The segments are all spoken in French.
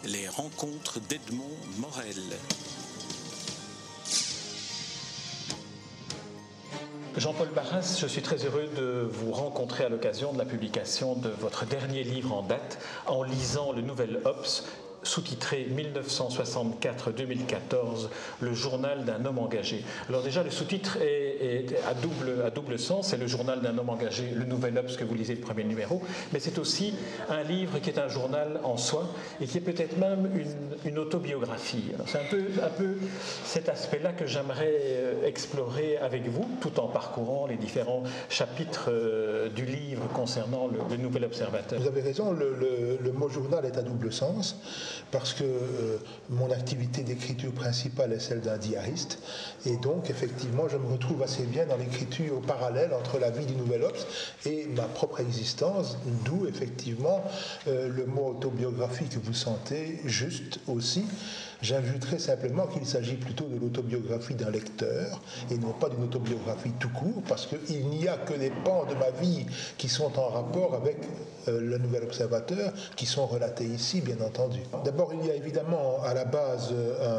Les rencontres d'Edmond Morel. Jean-Paul Barras, je suis très heureux de vous rencontrer à l'occasion de la publication de votre dernier livre en date, en lisant le Nouvel Obs, sous-titré 1964-2014, le journal d'un homme engagé. Alors déjà, le sous-titre est à double sens, c'est le journal d'un homme engagé, le Nouvel Obs que vous lisez, le premier numéro, mais c'est aussi un livre qui est un journal en soi et qui est peut-être même une autobiographie. Alors c'est un peu cet aspect-là que j'aimerais explorer avec vous, tout en parcourant les différents chapitres du livre concernant le Nouvel Observateur. Vous avez raison, le mot journal est à double sens, parce que mon activité d'écriture principale est celle d'un diariste, et donc effectivement je me retrouve assez bien dans l'écriture parallèle entre la vie du Nouvel Obs et ma propre existence, d'où effectivement le mot autobiographie que vous sentez juste aussi. J'ajouterai simplement qu'il s'agit plutôt de l'autobiographie d'un lecteur et non pas d'une autobiographie tout court, parce qu'il n'y a que les pans de ma vie qui sont en rapport avec le Nouvel Observateur, qui sont relatés ici, bien entendu. D'abord, il y a évidemment à la base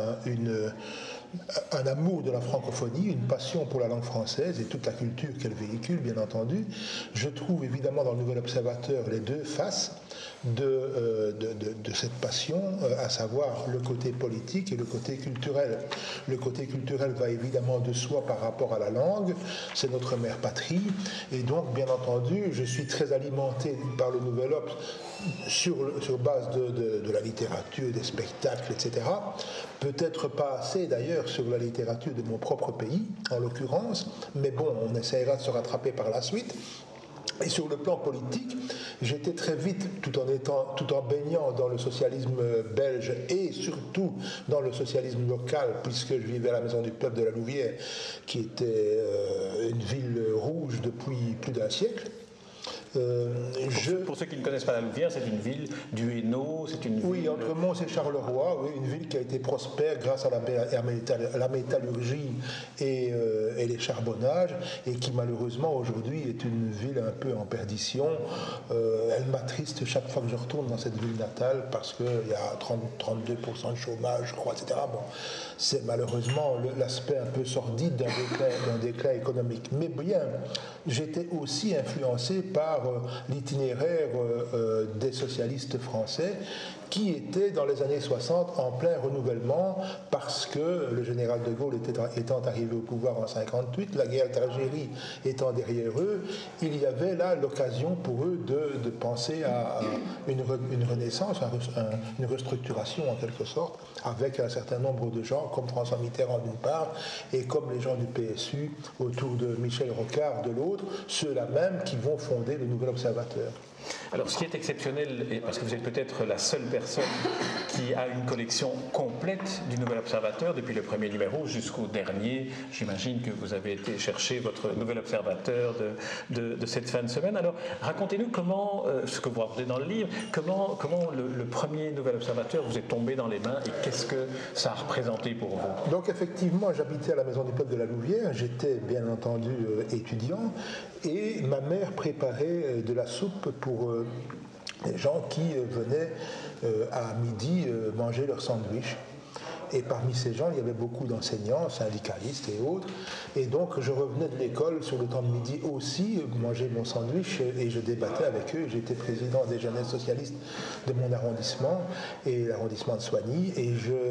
un amour de la francophonie, une passion pour la langue française et toute la culture qu'elle véhicule, bien entendu. Je trouve évidemment dans le Nouvel Observateur les deux faces de cette passion, à savoir le côté politique et le côté culturel. Le côté culturel va évidemment de soi par rapport à la langue, c'est notre mère patrie, et donc bien entendu je suis très alimenté par le Nouvel Obs sur base de la littérature, des spectacles, etc. Peut-être pas assez d'ailleurs sur la littérature de mon propre pays, en l'occurrence, mais bon, on essaiera de se rattraper par la suite. Et sur le plan politique, j'étais très vite, tout en baignant dans le socialisme belge et surtout dans le socialisme local, puisque je vivais à la Maison du Peuple de la Louvière, qui était une ville rouge depuis plus d'un siècle. Pour ceux qui ne connaissent pas la Louvière, c'est une ville du Hainaut, c'est une ville... Oui, entre Mons et Charleroi, oui, une ville qui a été prospère grâce à la métallurgie et les charbonnages, et qui malheureusement aujourd'hui est une ville un peu en perdition. Elle m'attriste chaque fois que je retourne dans cette ville natale, parce qu'il y a 32% de chômage, je crois, etc. Bon, c'est malheureusement l'aspect un peu sordide d'un déclin économique. Mais bien, j'étais aussi influencé par l'itinéraire des socialistes français qui étaient dans les années 60 en plein renouvellement, parce que le général de Gaulle étant arrivé au pouvoir en 1958, la guerre d'Algérie étant derrière eux, il y avait là l'occasion pour eux de penser à une renaissance, une restructuration en quelque sorte, avec un certain nombre de gens comme François Mitterrand d'une part et comme les gens du PSU autour de Michel Rocard de l'autre, ceux-là même qui vont fonder le Nouvel Observateur. Alors, ce qui est exceptionnel, parce que vous êtes peut-être la seule personne qui a une collection complète du Nouvel Observateur, depuis le premier numéro jusqu'au dernier, j'imagine que vous avez été chercher votre Nouvel Observateur de cette fin de semaine. Alors, racontez-nous comment, ce que vous racontez dans le livre, comment le premier Nouvel Observateur vous est tombé dans les mains et qu'est-ce que ça a représenté pour vous? Donc, effectivement, j'habitais à la Maison du Peuple de la Louvière, j'étais bien entendu étudiant, et ma mère préparait de la soupe pour les gens qui venaient à midi manger leur sandwich. Et parmi ces gens, il y avait beaucoup d'enseignants, syndicalistes et autres. Et donc, je revenais de l'école sur le temps de midi aussi, manger mon sandwich, et je débattais avec eux. J'étais président des jeunesses socialistes de mon arrondissement, et l'arrondissement de Soigny, et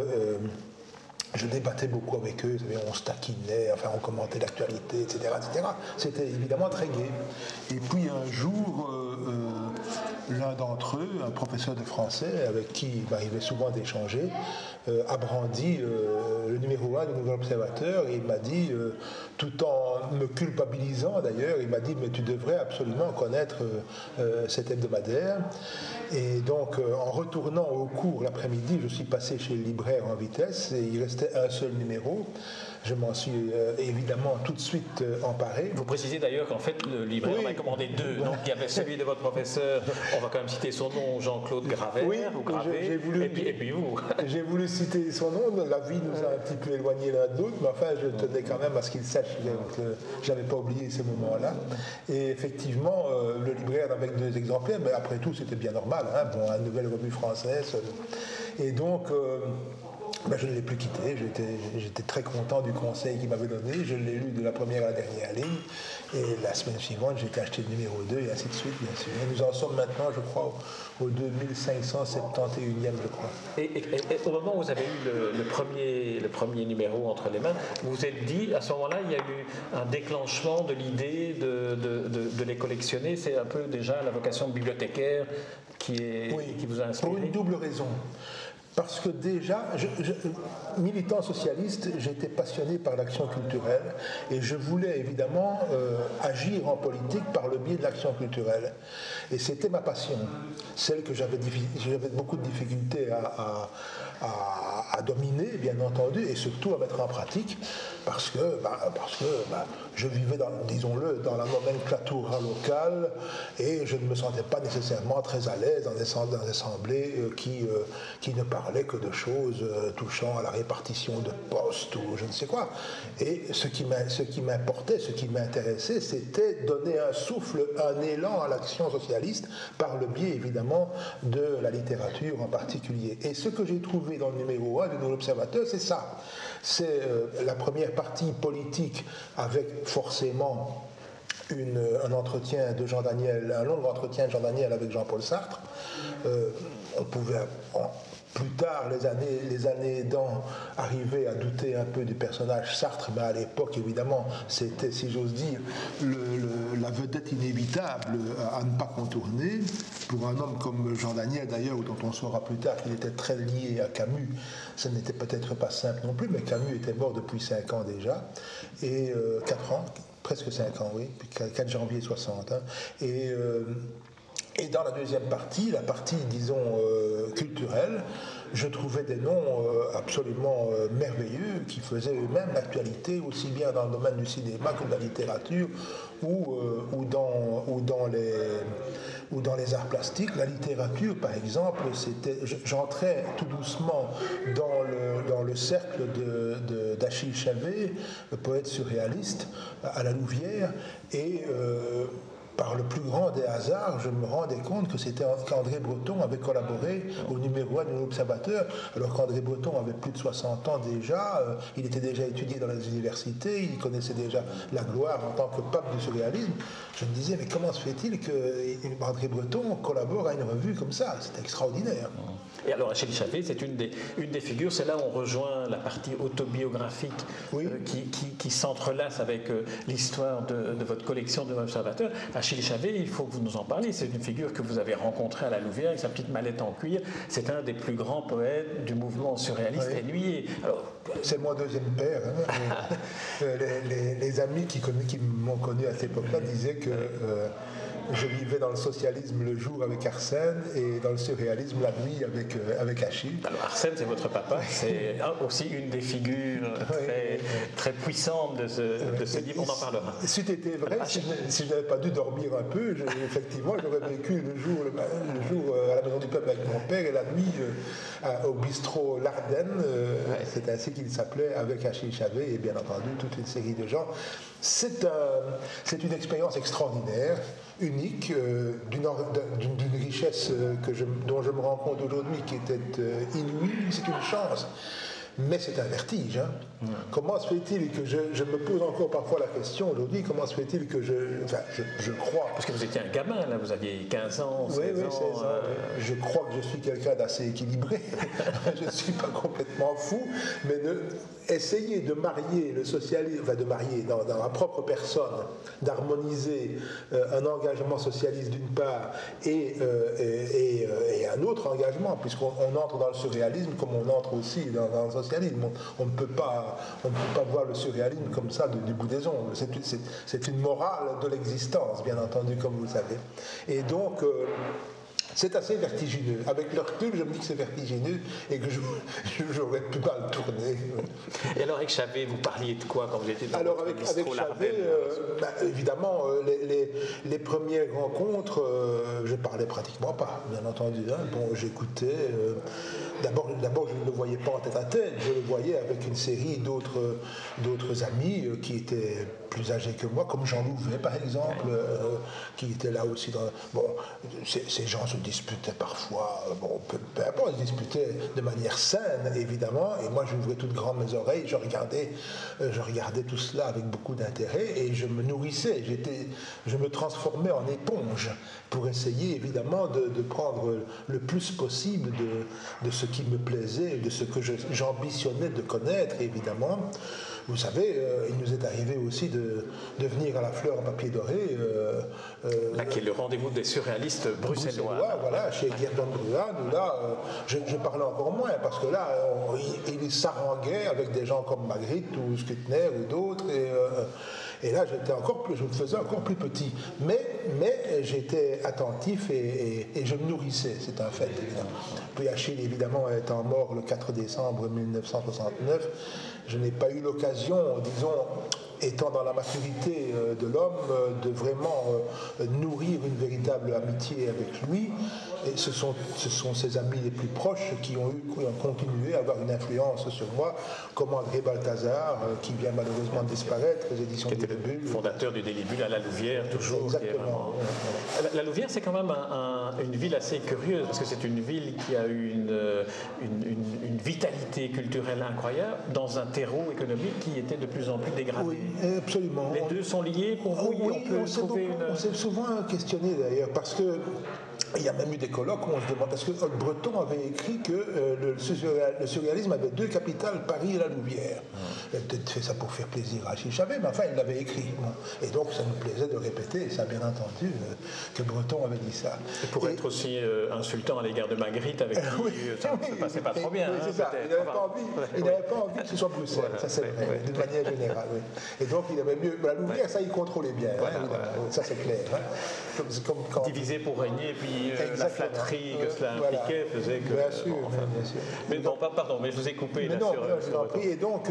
je débattais beaucoup avec eux, on se taquinait, enfin on commentait l'actualité, etc., etc. C'était évidemment très gai. Et puis un jour, l'un d'entre eux, un professeur de français avec qui il m'arrivait souvent d'échanger, a brandi le numéro 1 du Nouvel Observateur, et il m'a dit, tout en me culpabilisant d'ailleurs, il m'a dit « mais tu devrais absolument connaître cet hebdomadaire ». Et donc en retournant au cours l'après-midi, je suis passé chez le libraire en vitesse, et il restait un seul numéro. je m'en suis évidemment tout de suite emparé. Vous précisez d'ailleurs qu'en fait, le libraire en a commandé deux. Donc il y avait celui de votre professeur, on va quand même citer son nom, Jean-Claude Gravert, ou Gravé, et puis vous. J'ai voulu citer son nom, la vie nous a un petit peu éloignés l'un de l'autre, mais enfin je tenais quand même à ce qu'il sache que je n'avais pas oublié ces moments-là. Et effectivement, le libraire avec 2 exemplaires, mais après tout c'était bien normal, hein, bon, une nouvelle revue française. Et donc, je ne l'ai plus quitté, j'étais très content du conseil qu'il m'avait donné, je l'ai lu de la première à la dernière ligne, et la semaine suivante j'ai acheté le numéro 2 et ainsi de suite, bien sûr. Et nous en sommes maintenant, je crois, au 2571e, je crois. Et au moment où vous avez eu le premier numéro entre les mains, vous vous êtes dit, à ce moment-là, il y a eu un déclenchement de l'idée de les collectionner, c'est un peu déjà la vocation de bibliothécaire qui vous a inspiré? Pour une double raison. Parce que déjà, militant socialiste, j'étais passionné par l'action culturelle et je voulais évidemment agir en politique par le biais de l'action culturelle. Et c'était ma passion, celle que j'avais beaucoup de difficultés à dominer, bien entendu, et surtout à mettre en pratique, parce que je vivais, disons-le, dans la nomenclature locale et je ne me sentais pas nécessairement très à l'aise dans des assemblées qui ne parlaient que de choses touchant à la répartition de postes ou je ne sais quoi. Et ce qui m'importait, ce qui m'intéressait, c'était donner un souffle, un élan à l'action socialiste par le biais évidemment de la littérature en particulier. Et ce que j'ai trouvé dans le numéro 1 de Nouvel Observateur, c'est ça. C'est la première partie politique avec forcément un entretien de Jean Daniel, un long entretien de Jean Daniel avec Jean-Paul Sartre. On pouvait plus tard, les années aidant, arriver à douter un peu du personnage Sartre, mais à l'époque, évidemment, c'était, si j'ose dire, la vedette inévitable à ne pas contourner. Pour un homme comme Jean Daniel, d'ailleurs, dont on saura plus tard qu'il était très lié à Camus, ça n'était peut-être pas simple non plus, mais Camus était mort depuis 5 ans déjà, et 4 ans, presque 5 ans, oui, 4 janvier 60. Hein, et dans la deuxième partie, la partie, disons, culturelle, je trouvais des noms absolument merveilleux qui faisaient eux-mêmes l'actualité, aussi bien dans le domaine du cinéma que de la littérature ou dans les arts plastiques. La littérature, par exemple, j'entrais tout doucement dans le cercle d'Achille Chavet, le poète surréaliste, à la Louvière, et par le plus grand des hasards, je me rendais compte que c'était qu'André Breton avait collaboré au numéro 1 de l'Observateur, alors qu'André Breton avait plus de 60 ans déjà, il était déjà étudié dans les universités, il connaissait déjà la gloire en tant que pape du surréalisme. Je me disais, mais comment se fait-il qu'André Breton collabore à une revue comme ça? C'est extraordinaire. Et alors, Achille Chavet, c'est une des figures, c'est là où on rejoint la partie autobiographique qui s'entrelace avec l'histoire de votre collection de l'Observateur. Achille Chavet, il faut que vous nous en parliez, c'est une figure que vous avez rencontrée à la Louvière avec sa petite mallette en cuir. C'est un des plus grands poètes du mouvement surréaliste ennuyé. Alors, c'est mon deuxième père. Hein. les amis qui m'ont connu à cette époque-là disaient que je vivais dans le socialisme le jour avec Arsène et dans le surréalisme la nuit avec Achille. Alors Arsène, c'est votre papa, c'est aussi une des figures très puissantes de ce livre, on en parlera. Si c'était vrai, si je n'avais pas dû dormir un peu, effectivement, j'aurais vécu le jour à la Maison du Peuple avec mon père et la nuit au bistrot L'Ardenne, c'est ainsi qu'il s'appelait, avec Achille Chavet et bien entendu toute une série de gens. C'est une expérience extraordinaire, unique, d'une richesse dont je me rends compte aujourd'hui qui était inouïe. C'est une chance. Mais c'est un vertige. Hein. Comment se fait-il que je me pose encore parfois la question aujourd'hui, comment se fait-il que je crois... Parce que vous étiez un gamin, là, vous aviez 15 ans, 16 ans. 16 ans. Je crois que je suis quelqu'un d'assez équilibré. Je ne suis pas complètement fou, mais essayer de marier le socialisme, de marier dans ma propre personne, d'harmoniser un engagement socialiste d'une part et un autre engagement, puisqu'on entre dans le surréalisme comme on entre aussi dans le socialisme. On ne peut pas voir le surréalisme comme ça du bout des ongles. C'est une morale de l'existence, bien entendu, comme vous le savez. Et donc, C'est assez vertigineux. Avec le recul, je me dis que c'est vertigineux et que j'aurais pu mal tourner. Et alors avec Chavet, vous parliez de quoi quand vous étiez dans alors votre avec bistrot Chavet, évidemment, les premières rencontres, je parlais pratiquement pas, bien entendu. Hein. Bon, j'écoutais. D'abord, je ne le voyais pas en tête à tête. Je le voyais avec une série d'autres amis qui étaient plus âgés que moi, comme Jean Louvet par exemple, qui était là aussi. Bon, ces gens se disputaient parfois. Bon, peu importe, ils se disputaient de manière saine, évidemment. Et moi, j'ouvrais toutes grandes mes oreilles. Je regardais tout cela avec beaucoup d'intérêt et je me nourrissais. Je me transformais en éponge pour essayer, évidemment, de prendre le plus possible de ce qui me plaisait, de ce que j'ambitionnais de connaître, évidemment. Vous savez, il nous est arrivé aussi de venir à la Fleur en papier doré. Là, qui est le rendez-vous des surréalistes bruxellois. Voilà, chez Guerdon Bruhan, où là, je parlais encore moins, parce que là, il s'arranguait avec des gens comme Magritte ou Skutner ou d'autres, et là, je me faisais encore plus petit. Mais j'étais attentif et je me nourrissais, c'est un fait, évidemment. Puis Achille, évidemment, étant mort le 4 décembre 1969, je n'ai pas eu l'occasion, disons, étant dans la maturité de l'homme, de vraiment nourrir une véritable amitié avec lui. Et ce sont ses amis les plus proches qui ont continué à avoir une influence sur moi, comme André Balthazar, qui vient malheureusement de disparaître aux éditions du Délibule. Fondateur du Délibule à la Louvière, toujours. Exactement. La Louvière, c'est quand même une ville assez curieuse, parce que c'est une ville qui a eu une vitalité culturelle incroyable dans un terreau économique qui était de plus en plus dégradé. Oui, absolument. Les deux sont liés pour vous? Oui, on s'est souvent questionné d'ailleurs, parce que il y a même eu des colloques où on se demande, parce que Breton avait écrit que le surréalisme avait deux capitales, Paris et la Louvière. Il a peut-être fait ça pour faire plaisir à Achille Chavet, mais enfin il l'avait écrit. Et donc ça nous plaisait de répéter, ça bien entendu, que Breton avait dit ça. Et pour être aussi insultant à l'égard de Magritte, avec qui ça ne se passait pas trop bien. Oui, c'est ça. Il n'avait pas envie que ce soit Bruxelles, voilà, ça c'est vrai, d'une manière générale. Oui. Et donc il avait mieux. La Louvière, ça il contrôlait bien, voilà, ça c'est clair. Comme quand... Diviser pour régner, et puis la flatterie que cela impliquait faisait que... Bien sûr, bien sûr. Mais bon, pardon, mais je vous ai coupé. Mais non, je t'en prie. Et donc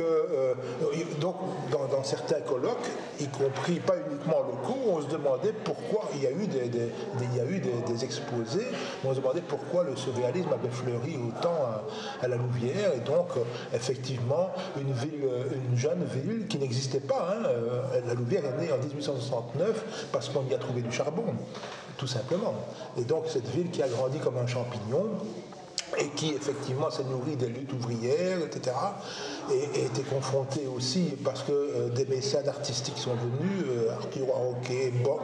dans certains colloques, y compris pas uniquement locaux, on se demandait pourquoi il y a eu des exposés, on se demandait pourquoi le surréalisme avait fleuri autant à la Louvière. Et donc, effectivement, une jeune ville qui n'existait pas. La Louvière est née en 1869 parce qu'on y a trouvé du charbon, tout simplement. Et donc, cette ville qui a grandi comme un champignon, et qui effectivement s'est nourrie des luttes ouvrières, etc., et était confrontée aussi, parce que des mécènes artistiques sont venus, Arthur Roquet, Bock,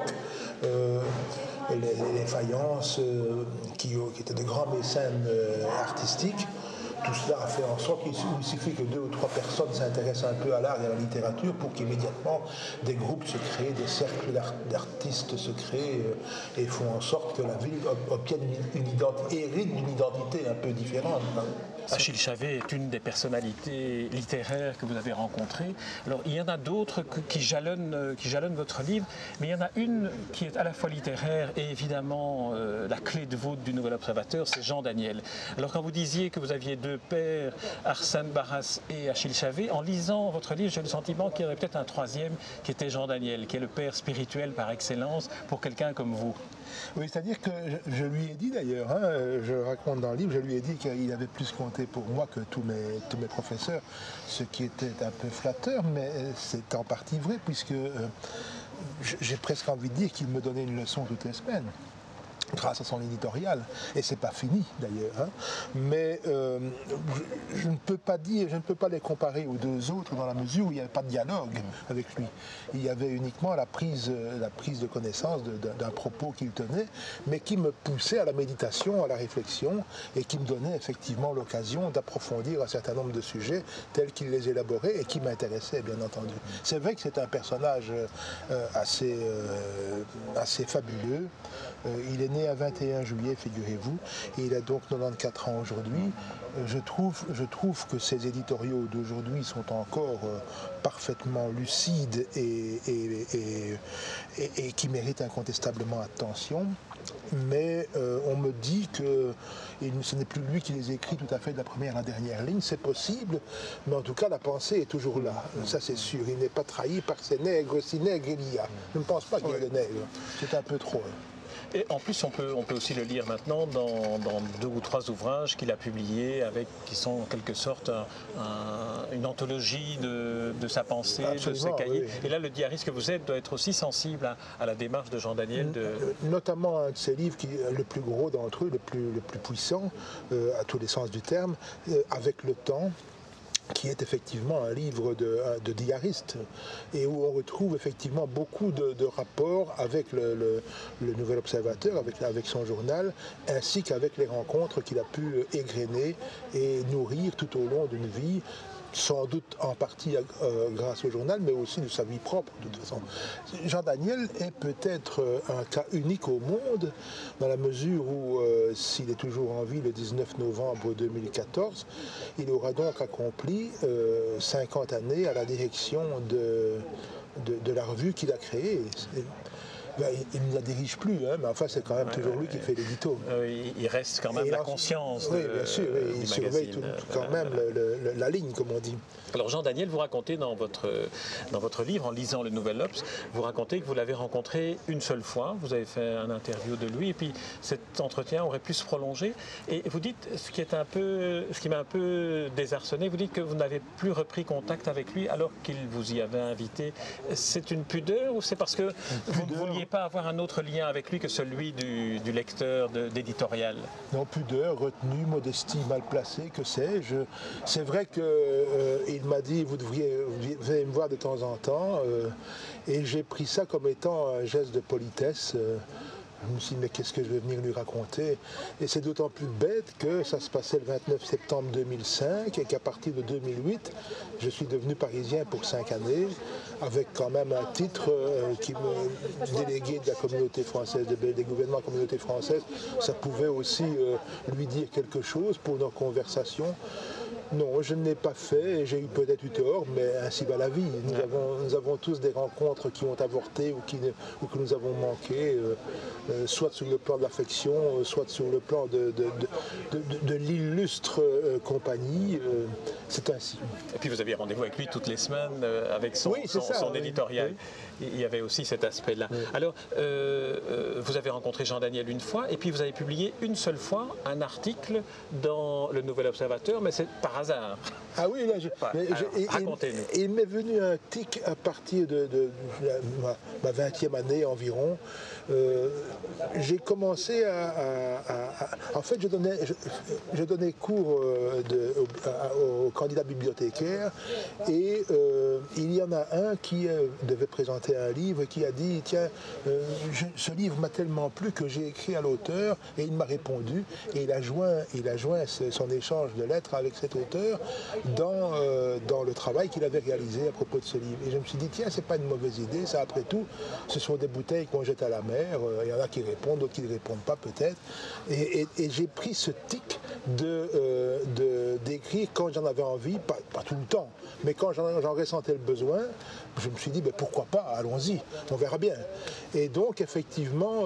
les Faïences, qui étaient de grands mécènes artistiques. Tout cela a fait en sorte qu'il suffit que 2 ou 3 personnes s'intéressent un peu à l'art et à la littérature pour qu'immédiatement des groupes se créent, des cercles d'artistes se créent et font en sorte que la ville obtienne hérite d'une identité un peu différente. Achille Chavet est une des personnalités littéraires que vous avez rencontrées. Alors, il y en a d'autres qui jalonnent votre livre, mais il y en a une qui est à la fois littéraire et évidemment la clé de voûte du Nouvel Observateur, c'est Jean Daniel. Alors, quand vous disiez que vous aviez 2 pères, Arsène Barras et Achille Chavet, en lisant votre livre, j'ai le sentiment qu'il y aurait peut-être un 3e qui était Jean Daniel, qui est le père spirituel par excellence pour quelqu'un comme vous. Oui, c'est-à-dire que je lui ai dit d'ailleurs, je raconte dans le livre, je lui ai dit qu'il avait plus compté pour moi que tous mes professeurs, ce qui était un peu flatteur, mais c'est en partie vrai, puisque j'ai presque envie de dire qu'il me donnait une leçon toutes les semaines, grâce à son éditorial, et c'est pas fini d'ailleurs, mais je ne peux pas les comparer aux 2 autres dans la mesure où il n'y avait pas de dialogue avec lui. Il y avait uniquement la prise de connaissance d'un propos qu'il tenait, mais qui me poussait à la méditation, à la réflexion, et qui me donnait effectivement l'occasion d'approfondir un certain nombre de sujets tels qu'il les élaborait et qui m'intéressaient, bien entendu. C'est vrai que c'est un personnage assez fabuleux. Il est né à 21 juillet, figurez-vous, et il a donc 94 ans aujourd'hui. Je trouve que ces éditoriaux d'aujourd'hui sont encore parfaitement lucides et qui méritent incontestablement attention. mais on me dit que ce n'est plus lui qui les écrit tout à fait de la première à la dernière ligne, c'est possible, mais en tout cas la pensée est toujours là, ça c'est sûr, il n'est pas trahi par ces nègres, si nègres il y a. Je ne pense pas qu'il y ait de nègres, c'est un peu trop. Et en plus, on peut aussi le lire maintenant dans 2 ou 3 ouvrages qu'il a publiés, qui sont en quelque sorte une anthologie de sa pensée, absolument, de ses cahiers. Oui. Et là, le diariste que vous êtes doit être aussi sensible à la démarche de Jean Daniel. Notamment un de ses livres, le plus gros d'entre eux, le plus puissant, à tous les sens du terme, Avec le temps, qui est effectivement un livre de diariste et où on retrouve effectivement beaucoup de rapports avec le Nouvel Observateur, avec son journal, ainsi qu'avec les rencontres qu'il a pu égrener et nourrir tout au long d'une vie, sans doute en partie grâce au journal, mais aussi de sa vie propre, de toute façon. Jean Daniel est peut-être un cas unique au monde, dans la mesure où, s'il est toujours en vie le 19 novembre 2014, il aura donc accompli 50 années à la direction de la revue qu'il a créée. Il ne la dirige plus, hein, mais enfin c'est quand même toujours lui qui fait l'édito. Il reste quand même la conscience. Oui, bien sûr, il surveille quand même la ligne, comme on dit. Alors Jean Daniel, vous racontez dans votre livre, en lisant le Nouvel Obs, vous racontez que vous l'avez rencontré une seule fois, vous avez fait un interview de lui, et puis cet entretien aurait pu se prolonger. Et vous dites, ce qui m'a un peu désarçonné, vous dites que vous n'avez plus repris contact avec lui alors qu'il vous y avait invité. C'est une pudeur ou c'est parce que vous ne vouliez pas avoir un autre lien avec lui que celui du lecteur d'éditorial? Non, pudeur, retenue, modestie mal placée, que sais-je. C'est vrai qu'il m'a dit, vous venez me voir de temps en temps, et j'ai pris ça comme étant un geste de politesse. Je me suis dit, mais qu'est-ce que je vais venir lui raconter? Et c'est d'autant plus bête que ça se passait le 29 septembre 2005 et qu'à partir de 2008, je suis devenu parisien pour 5 années, avec quand même un titre qui me délégué de la communauté française, des gouvernements de la communauté française. Ça pouvait aussi lui dire quelque chose pour nos conversations. Non, je ne l'ai pas fait et j'ai eu peut-être eu tort, mais ainsi va la vie. Nous avons tous des rencontres qui ont avorté ou que nous avons manqué, soit sur le plan de l'affection, soit sur le plan de l'illustre compagnie. C'est ainsi. Et puis vous aviez rendez-vous avec lui toutes les semaines avec son éditorial. Oui. Il y avait aussi cet aspect-là. Oui. Alors, vous avez rencontré Jean Daniel une fois et puis vous avez publié une seule fois un article dans le Nouvel Observateur, mais c'est par hasard. Ah oui, là, racontez-nous. Il m'est venu un tic à partir de ma 20e année environ. J'ai commencé en fait, je donnais cours aux candidats bibliothécaires et il y en a un qui devait présenter un livre et qui a dit, tiens, ce livre m'a tellement plu que j'ai écrit à l'auteur et il m'a répondu et il a joint son échange de lettres avec cet auteur dans le travail qu'il avait réalisé à propos de ce livre. Et je me suis dit, tiens, c'est pas une mauvaise idée, ça après tout, ce sont des bouteilles qu'on jette à la mer, il y en a qui répondent, d'autres qui ne répondent pas peut-être. Et j'ai pris ce tic d'écrire quand j'en avais envie, pas tout le temps, mais quand j'en ressentais le besoin, je me suis dit, ben, pourquoi pas, allons-y, on verra bien. Et donc, effectivement,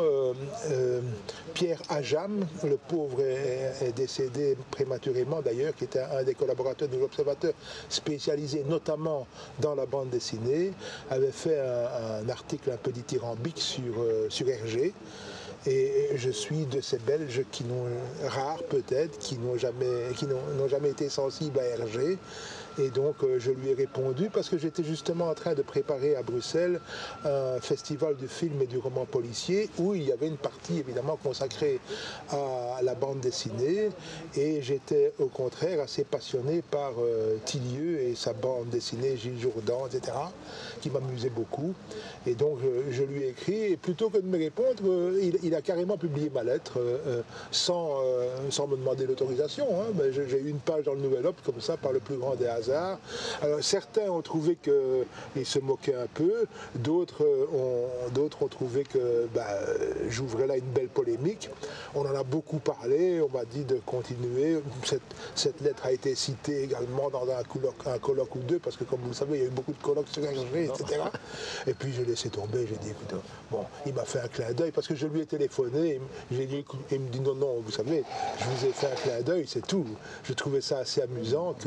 Pierre Ajam, le pauvre est décédé prématurément d'ailleurs, qui était un des collaborateurs de l'Observateur, spécialisé notamment dans la bande dessinée, avait fait un article un peu dithyrambique sur Hergé. Et je suis de ces Belges rares peut-être, qui n'ont jamais été sensibles à Hergé. Et donc je lui ai répondu parce que j'étais justement en train de préparer à Bruxelles un festival du film et du roman policier où il y avait une partie évidemment consacrée à la bande dessinée et j'étais au contraire assez passionné par Tillieu et sa bande dessinée Gilles Jourdan, etc., qui m'amusait beaucoup. Et donc je lui ai écrit et plutôt que de me répondre, il a carrément publié ma lettre sans me demander l'autorisation. Hein. J'ai eu une page dans le Nouvel Obs comme ça par le plus grand des hasards. hasard. Alors certains ont trouvé qu'ils se moquaient un peu, d'autres ont trouvé que j'ouvrais là une belle polémique. On en a beaucoup parlé, on m'a dit de continuer. Cette lettre a été citée également dans un colloque ou deux, parce que comme vous le savez, il y a eu beaucoup de colloques sur Hergé, etc. Et puis j'ai laissé tomber, j'ai dit écoute, bon, il m'a fait un clin d'œil, parce que je lui ai téléphoné, il me dit non, vous savez, je vous ai fait un clin d'œil, c'est tout. Je trouvais ça assez amusant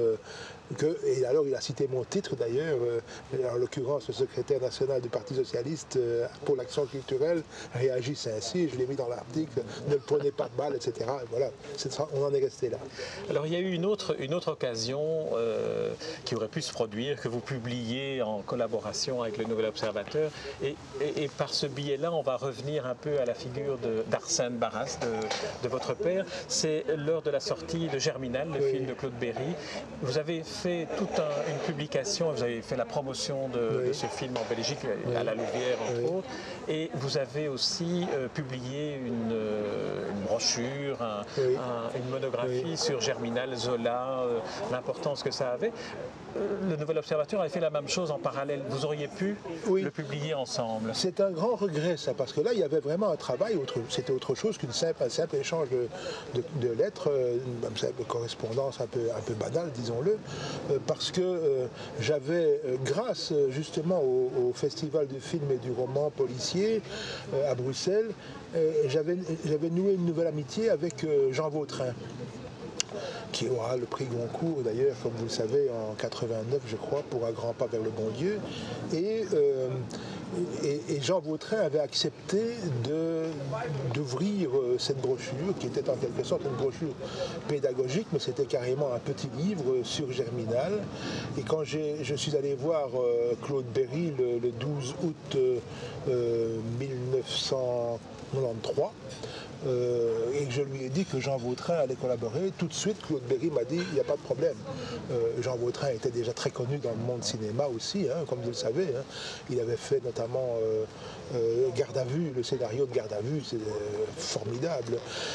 et alors il a cité mon titre d'ailleurs, en l'occurrence le secrétaire national du Parti Socialiste pour l'action culturelle réagisse ainsi, je l'ai mis dans l'article, ne le prenez pas mal, etc. Et voilà, on en est resté là. Alors il y a eu une autre occasion qui aurait pu se produire, que vous publiez en collaboration avec le Nouvel Observateur, et par ce biais-là, on va revenir un peu à la figure d'Arsène Barras, de votre père. C'est lors de la sortie de Germinal, le film de Claude Berry. Vous avez fait toute une publication, vous avez fait la promotion de ce film en Belgique, à la Louvière entre autres, et vous avez aussi publié une brochure, une monographie sur Germinal, Zola, l'importance que ça avait. Le Nouvel Observateur avait fait la même chose en parallèle. Vous auriez pu le publier ensemble. C'est un grand regret, ça, parce que là, il y avait vraiment un travail, c'était autre chose qu'un simple échange de lettres, une simple correspondance un peu banale, disons-le, parce que j'avais, grâce justement au Festival du film et du roman policier à Bruxelles, j'avais noué une nouvelle amitié avec Jean Vautrin, qui aura le prix Goncourt d'ailleurs, comme vous le savez, en 89, je crois, pour Un grand pas vers le bon Dieu. Et Jean Vautrin avait accepté d'ouvrir cette brochure, qui était en quelque sorte une brochure pédagogique, mais c'était carrément un petit livre sur Germinal. Et quand je suis allé voir Claude Berry le 12 août 1993, et que je lui ai dit que Jean Vautrin allait collaborer, tout de suite Claude Berry m'a dit il n'y a pas de problème. Jean Vautrin était déjà très connu dans le monde cinéma aussi, comme vous le savez. Il avait fait notamment Garde à vue, le scénario de Garde à vue, c'est formidable.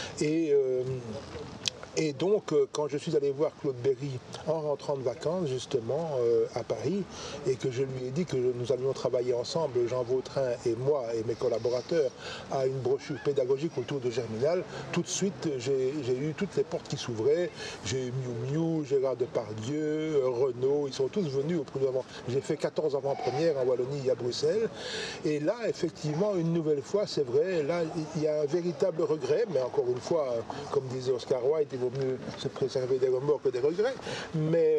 Et donc, quand je suis allé voir Claude Berry en rentrant de vacances, justement, à Paris, et que je lui ai dit que nous allions travailler ensemble, Jean Vautrin et moi et mes collaborateurs, à une brochure pédagogique autour de Germinal, tout de suite, j'ai eu toutes les portes qui s'ouvraient. J'ai eu Miu Miu, Gérard Depardieu, Renaud, ils sont tous venus au premier moment. J'ai fait 14 avant-premières en Wallonie et à Bruxelles. Et là, effectivement, une nouvelle fois, c'est vrai, là, il y a un véritable regret, mais encore une fois, comme disait Oscar Wilde, il vaut mieux se préserver des remords que des regrets. Mais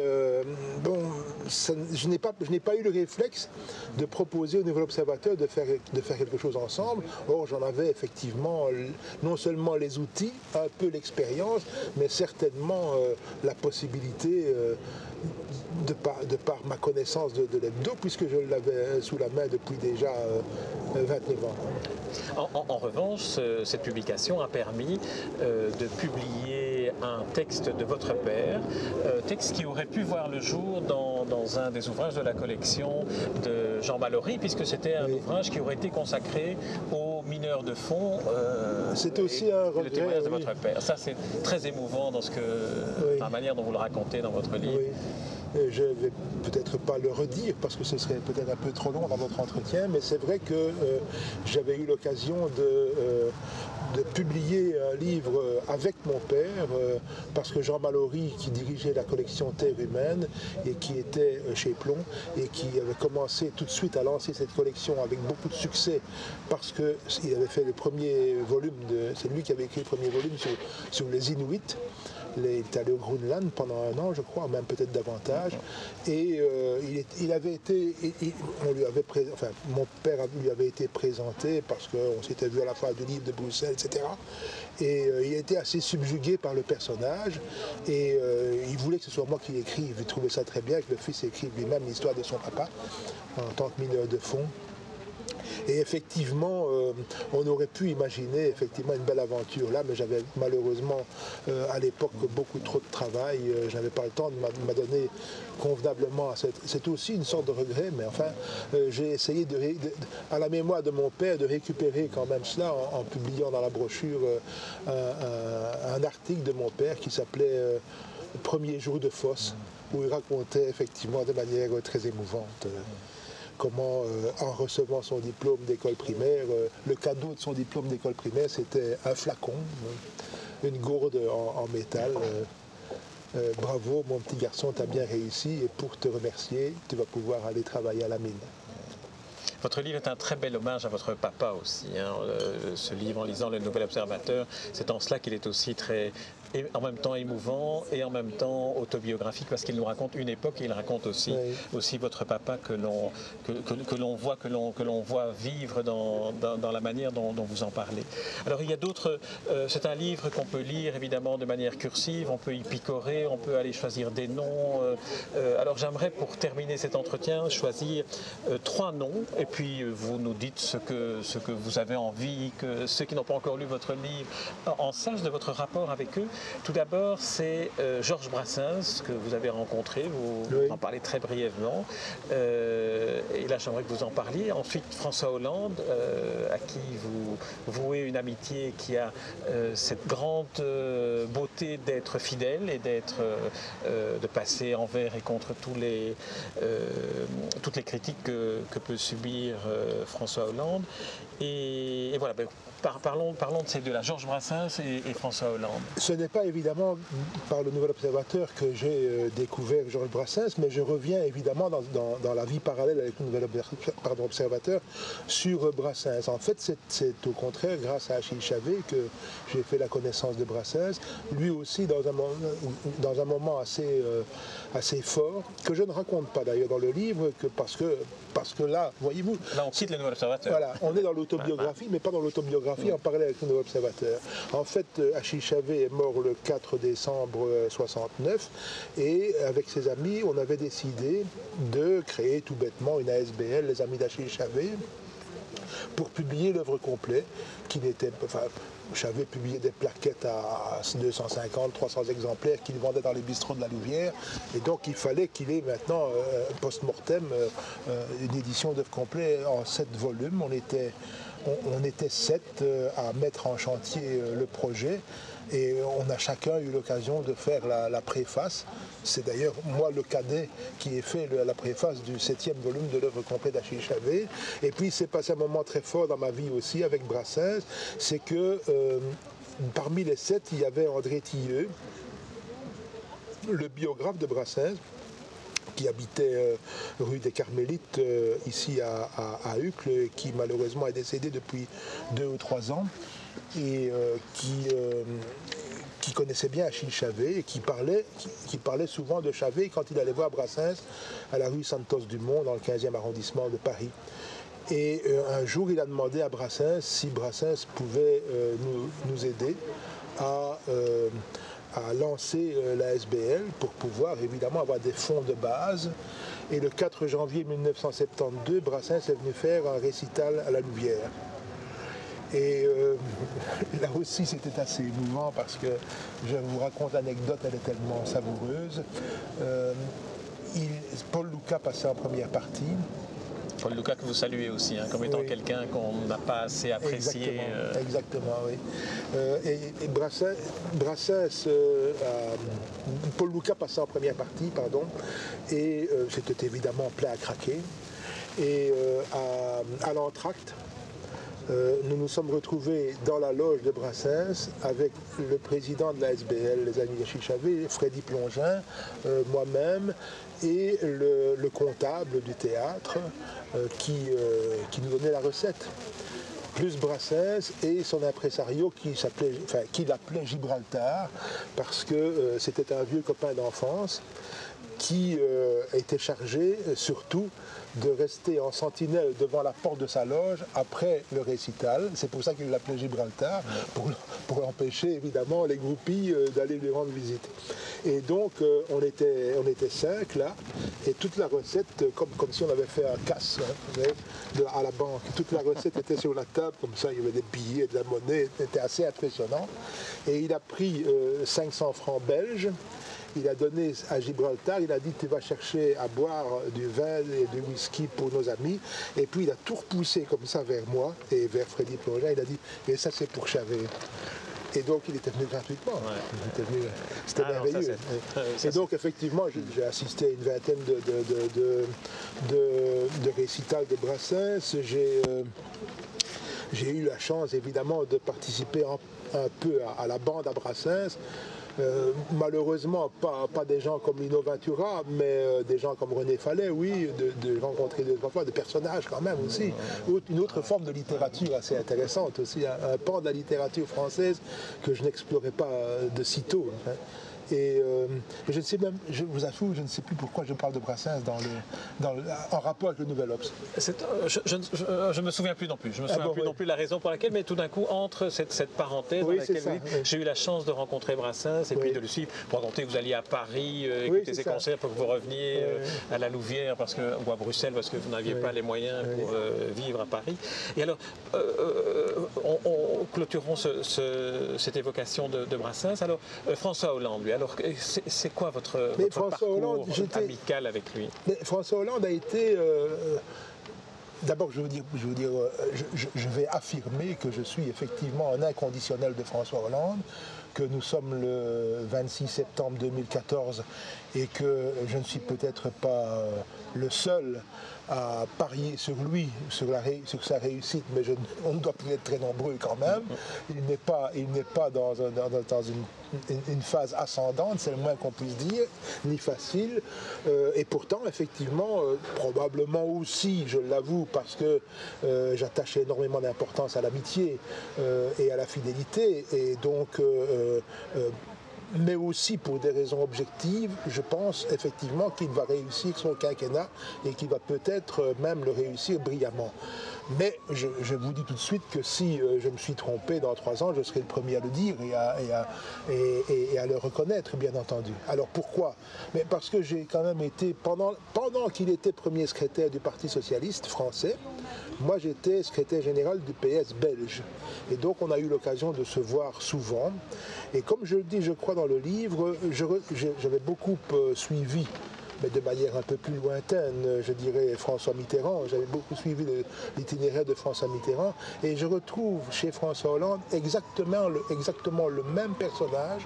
je n'ai pas eu le réflexe de proposer au Nouvel Observateur de faire quelque chose ensemble. Or, j'en avais effectivement non seulement les outils, un peu l'expérience, mais certainement la possibilité, de par ma connaissance de l'hebdo, puisque je l'avais sous la main depuis déjà 29 ans. En revanche, cette publication a permis de publier un texte de votre père, texte qui aurait pu voir le jour dans un des ouvrages de la collection de Jean Mallory, puisque c'était un ouvrage qui aurait été consacré aux mineurs de fond. C'est aussi un regret, le témoignage de votre père. Ça, c'est très émouvant dans la manière dont vous le racontez dans votre livre. Oui. Je ne vais peut-être pas le redire parce que ce serait peut-être un peu trop long dans notre entretien, mais c'est vrai que j'avais eu l'occasion de publier un livre avec mon père, parce que Jean Mallory, qui dirigeait la collection Terre humaine et qui était chez Plomb et qui avait commencé tout de suite à lancer cette collection avec beaucoup de succès, parce qu'il avait fait le premier volume, c'est lui qui avait écrit le premier volume sur les Inuits. Il est allé au Groenland pendant un an, je crois, même peut-être davantage. Et il avait été, mon père lui avait été présenté parce qu'on s'était vu à la fois du livre de Bruxelles, etc. Et il était assez subjugué par le personnage. Et il voulait que ce soit moi qui l'écrive. Il trouvait ça très bien que le fils écrive lui-même l'histoire de son papa en tant que mineur de fond. Et effectivement, on aurait pu imaginer effectivement une belle aventure là, mais j'avais malheureusement à l'époque beaucoup trop de travail. Je n'avais pas le temps de m'adonner convenablement à c'est aussi une sorte de regret, mais enfin, j'ai essayé à la mémoire de mon père de récupérer quand même cela en publiant dans la brochure un article de mon père qui s'appelait Premier jour de fosse. où il racontait effectivement de manière très émouvante comment, en recevant son diplôme d'école primaire, le cadeau de son diplôme d'école primaire, c'était un flacon, une gourde en métal. Bravo, mon petit garçon, tu as bien réussi, et pour te remercier, tu vas pouvoir aller travailler à la mine. Votre livre est un très bel hommage à votre papa aussi. Hein. Ce livre, en lisant Le Nouvel Observateur, c'est en cela qu'il est aussi très, en même temps émouvant et en même temps autobiographique, parce qu'il nous raconte une époque et il raconte aussi, aussi votre papa que l'on voit vivre dans la manière dont vous en parlez. Alors il y a d'autres, c'est un livre qu'on peut lire évidemment de manière cursive, on peut y picorer, on peut aller choisir des noms. Alors j'aimerais pour terminer cet entretien choisir 3 noms et puis vous nous dites ce que vous avez envie, que ceux qui n'ont pas encore lu votre livre en sachent de votre rapport avec eux. Tout d'abord, c'est Georges Brassens que vous avez rencontré, vous en parlez très brièvement, et là j'aimerais que vous en parliez. Ensuite, François Hollande, à qui vous vouez une amitié qui a cette grande beauté d'être fidèle et de passer envers et contre toutes les critiques que peut subir François Hollande. Et voilà, parlons de ces deux-là, Georges Brassens et François Hollande. Ce n'est pas évidemment par le Nouvel Observateur que j'ai découvert Georges Brassens, mais je reviens évidemment dans la vie parallèle avec le Nouvel Observateur sur Brassens. En fait, c'est au contraire grâce à Achille Chavée que j'ai fait la connaissance de Brassens, lui aussi dans un moment assez fort, que je ne raconte pas d'ailleurs dans le livre, parce que là, voyez-vous... Là, on quitte le Nouvel Observateur. Voilà, on est dans l'autobiographie, mais pas dans l'autobiographie en parallèle avec le Nouvel Observateur. En fait, Achille Chavée est mort le 4 décembre 69, et avec ses amis, on avait décidé de créer tout bêtement une ASBL, les Amis d'Achille Chavée, pour publier l'œuvre complète, qui n'était... Enfin, Chavée publiait des plaquettes à 250, 300 exemplaires qu'il vendait dans les bistrots de la Louvière. Et donc il fallait qu'il ait maintenant, post-mortem, une édition d'œuvre complète en 7 volumes. On était 7 à mettre en chantier le projet. Et on a chacun eu l'occasion de faire la préface. C'est d'ailleurs moi le cadet qui ai fait la préface du 7e volume de l'œuvre complète d'Achille Chavée. Et puis il s'est passé un moment très fort dans ma vie aussi avec Brassens, c'est que parmi les 7, il y avait André Tilleux, le biographe de Brassens, qui habitait rue des Carmélites, ici à Uccle, et qui malheureusement est décédé depuis 2 ou 3 ans, et qui connaissait bien Achille Chavée et qui parlait souvent de Chavée quand il allait voir Brassens à la rue Santos-Dumont dans le 15e arrondissement de Paris. Et un jour, il a demandé à Brassens si Brassens pouvait nous aider à lancer la SBL pour pouvoir évidemment avoir des fonds de base. Et le 4 janvier 1972, Brassens est venu faire un récital à la Louvière. Et là aussi c'était assez émouvant parce que je vous raconte l'anecdote, elle est tellement savoureuse. Paul Lucas passait en première partie. Paul Lucas que vous saluez aussi, hein, comme étant quelqu'un qu'on n'a pas assez apprécié. Exactement, oui. Et Brassens, Paul Lucas passait en première partie, pardon, et c'était évidemment plein à craquer. Et à l'entracte, nous nous sommes retrouvés dans la loge de Brassens avec le président de la SBL, les Amis d'Achille Chavée, Freddy Plongin, moi-même, et le comptable du théâtre qui nous donnait la recette. Plus Brassens et son impresario qui l'appelait Gibraltar, parce que c'était un vieux copain d'enfance qui était chargé surtout de rester en sentinelle devant la porte de sa loge après le récital. C'est pour ça qu'il l'appelait Gibraltar, pour empêcher évidemment les groupies d'aller lui rendre visite. Et donc on était 5 là, et toute la recette, comme si on avait fait un casse à la banque, toute la recette était sur la table, comme ça il y avait des billets, de la monnaie, c'était assez impressionnant. Et il a pris 500 francs belges. Il a donné à Gibraltar, il a dit tu vas chercher à boire du vin et du whisky pour nos amis, et puis il a tout repoussé comme ça vers moi et vers Freddy Plongin, il a dit et ça c'est pour Chavée. Et donc il était venu gratuitement. Ouais. C'était merveilleux. Et donc effectivement, j'ai assisté à une vingtaine de récitals de Brassens. J'ai eu la chance évidemment de participer un peu à la bande à Brassens. Malheureusement, pas des gens comme Lino Ventura, mais des gens comme René Fallet, oui, de rencontrer deux, trois fois, des personnages quand même aussi. Une autre forme de littérature assez intéressante aussi, un pan de la littérature française que je n'explorais pas de sitôt. Hein. Et je ne sais même, je vous avoue, je ne sais plus pourquoi je parle de Brassens en rapport avec le Nouvel Obs. Je me souviens plus non plus. Je me souviens plus non plus la raison pour laquelle, mais tout d'un coup, entre cette parenthèse dans laquelle j'ai eu la chance de rencontrer Brassens et puis de le suivre. Pour raconter, vous alliez à Paris, écouter ses concerts pour que vous reveniez à la Louvière ou à Bruxelles parce que vous n'aviez pas les moyens pour vivre à Paris. Et alors, clôturons cette évocation de Brassens. Alors, François Hollande, lui. Alors, c'est quoi votre parcours amical avec lui? François Hollande a été... D'abord, je vais affirmer que je suis effectivement un inconditionnel de François Hollande, que nous sommes le 26 septembre 2014 et que je ne suis peut-être pas le seul à parier sur lui, sur sa réussite, mais on doit plus être très nombreux quand même. Il n'est pas dans une phase ascendante, c'est le moins qu'on puisse dire, ni facile. Et pourtant, effectivement, probablement aussi, je l'avoue, parce que j'attache énormément d'importance à l'amitié et à la fidélité, et donc... mais aussi pour des raisons objectives, je pense effectivement qu'il va réussir son quinquennat et qu'il va peut-être même le réussir brillamment. Mais je vous dis tout de suite que si je me suis trompé dans 3 ans, je serai le premier à le dire et à le reconnaître, bien entendu. Alors pourquoi? Mais parce que j'ai quand même été, pendant qu'il était premier secrétaire du Parti socialiste français, moi j'étais secrétaire général du PS belge. Et donc on a eu l'occasion de se voir souvent. Et comme je le dis, je crois dans le livre, j'avais beaucoup suivi, mais de manière un peu plus lointaine, je dirais François Mitterrand. J'avais beaucoup suivi l'itinéraire de François Mitterrand. Et je retrouve chez François Hollande exactement le même personnage.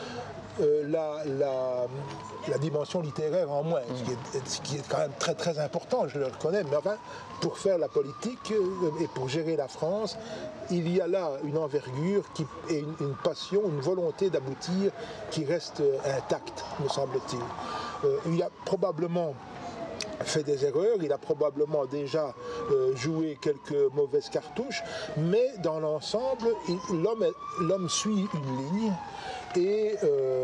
La dimension littéraire en moins, ce qui est quand même très très important, je le reconnais, mais enfin, pour faire la politique et pour gérer la France, il y a là une envergure et une passion, une volonté d'aboutir qui reste intacte, me semble-t-il. Il a probablement fait des erreurs, il a probablement déjà joué quelques mauvaises cartouches, mais dans l'ensemble, l'homme suit une ligne. Et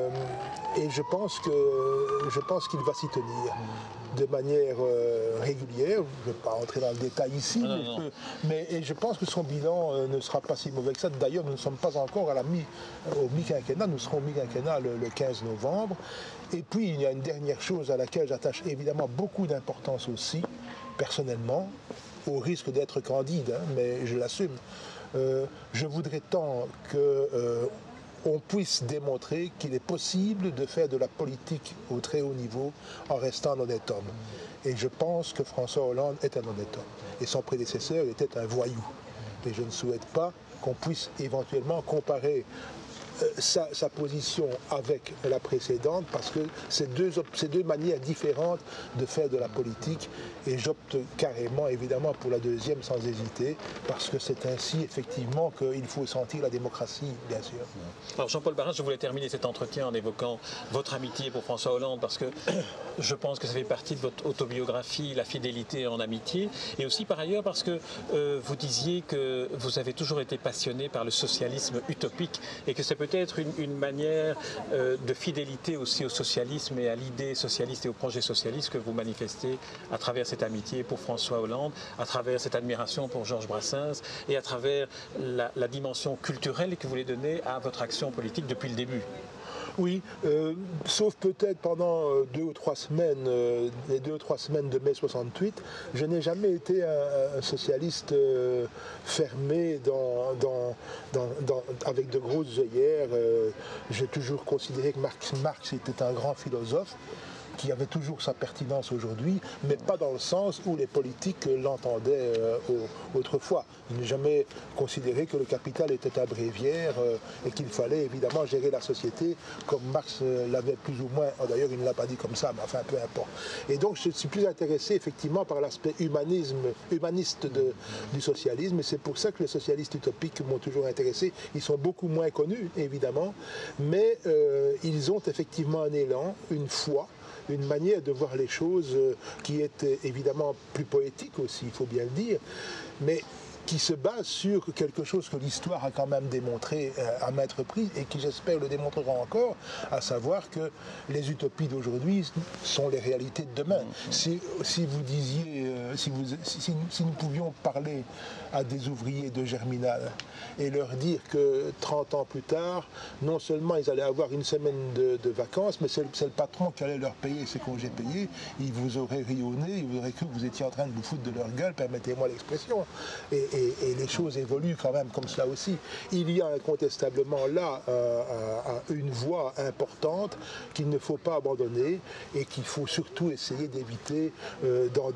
je pense qu'il va s'y tenir de manière régulière. Je ne vais pas rentrer dans le détail ici, mais je pense que son bilan ne sera pas si mauvais que ça. D'ailleurs, nous ne sommes pas encore au mi-quinquennat, nous serons au mi-quinquennat le 15 novembre. Et puis, il y a une dernière chose à laquelle j'attache évidemment beaucoup d'importance aussi, personnellement, au risque d'être candide, hein, mais je l'assume. Je voudrais tant que... on puisse démontrer qu'il est possible de faire de la politique au très haut niveau en restant un honnête homme. Et je pense que François Hollande est un honnête homme. Et son prédécesseur était un voyou. Et je ne souhaite pas qu'on puisse éventuellement comparer sa position avec la précédente, parce que c'est deux manières différentes de faire de la politique, et j'opte carrément évidemment pour la deuxième sans hésiter, parce que c'est ainsi effectivement qu'il faut sentir la démocratie, bien sûr. Alors Jean-Paul Barras, je voulais terminer cet entretien en évoquant votre amitié pour François Hollande, parce que je pense que ça fait partie de votre autobiographie, la fidélité en amitié, et aussi par ailleurs parce que vous disiez que vous avez toujours été passionné par le socialisme utopique, et que c'est peut-être une manière de fidélité aussi au socialisme et à l'idée socialiste et au projet socialiste que vous manifestez à travers cette amitié pour François Hollande, à travers cette admiration pour Georges Brassens et à travers la dimension culturelle que vous voulez donner à votre action politique depuis le début. Oui, sauf peut-être pendant 2 ou 3 semaines, les 2 ou 3 semaines de mai 68, je n'ai jamais été un socialiste fermé avec de grosses œillères. J'ai toujours considéré que Marx était un grand philosophe, qui avait toujours sa pertinence aujourd'hui, mais pas dans le sens où les politiques l'entendaient autrefois. Il n'est jamais considéré que le capital était un bréviaire et qu'il fallait évidemment gérer la société comme Marx l'avait plus ou moins, d'ailleurs il ne l'a pas dit comme ça, mais enfin peu importe. Et donc je suis plus intéressé effectivement par l'aspect humaniste du socialisme, et c'est pour ça que les socialistes utopiques m'ont toujours intéressé. Ils sont beaucoup moins connus évidemment, mais ils ont effectivement un élan, une foi, une manière de voir les choses qui est évidemment plus poétique aussi, il faut bien le dire, mais qui se base sur quelque chose que l'histoire a quand même démontré à maintes reprises et qui, j'espère, le démontrera encore, à savoir que les utopies d'aujourd'hui sont les réalités de demain. Si vous disiez, si nous pouvions parler à des ouvriers de Germinal et leur dire que 30 ans plus tard, non seulement ils allaient avoir une semaine de vacances, mais c'est le patron qui allait leur payer ses congés payés, ils vous auraient ri au nez, ils auraient cru que vous étiez en train de vous foutre de leur gueule, permettez-moi l'expression. Et les choses évoluent quand même comme cela aussi. Il y a incontestablement là une voie importante qu'il ne faut pas abandonner et qu'il faut surtout essayer d'éviter dans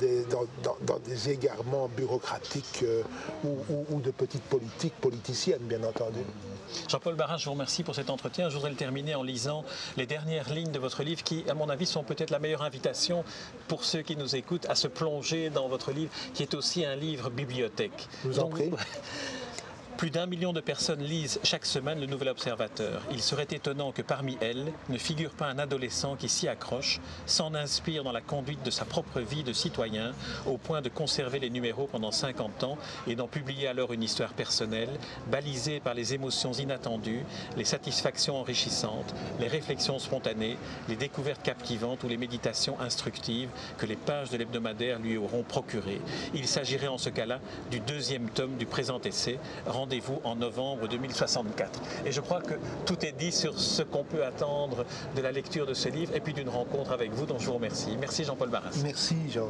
des égarements bureaucratiques ou de petites politiques politiciennes, bien entendu. Jean-Paul Barin, je vous remercie pour cet entretien. Je voudrais le terminer en lisant les dernières lignes de votre livre qui, à mon avis, sont peut-être la meilleure invitation pour ceux qui nous écoutent à se plonger dans votre livre, qui est aussi un livre bibliothèque. Je vous en prie. Plus d'1 million de personnes lisent chaque semaine le Nouvel Observateur. Il serait étonnant que parmi elles ne figure pas un adolescent qui s'y accroche, s'en inspire dans la conduite de sa propre vie de citoyen, au point de conserver les numéros pendant 50 ans et d'en publier alors une histoire personnelle, balisée par les émotions inattendues, les satisfactions enrichissantes, les réflexions spontanées, les découvertes captivantes ou les méditations instructives que les pages de l'hebdomadaire lui auront procurées. Il s'agirait en ce cas-là du 2e tome du présent essai. Rendez-vous en novembre 2064. Et je crois que tout est dit sur ce qu'on peut attendre de la lecture de ce livre et puis d'une rencontre avec vous, dont je vous remercie. Merci Jean-Paul Barin. Merci Jean.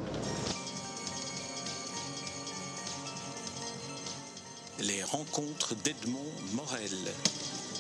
Les rencontres d'Edmond Morel.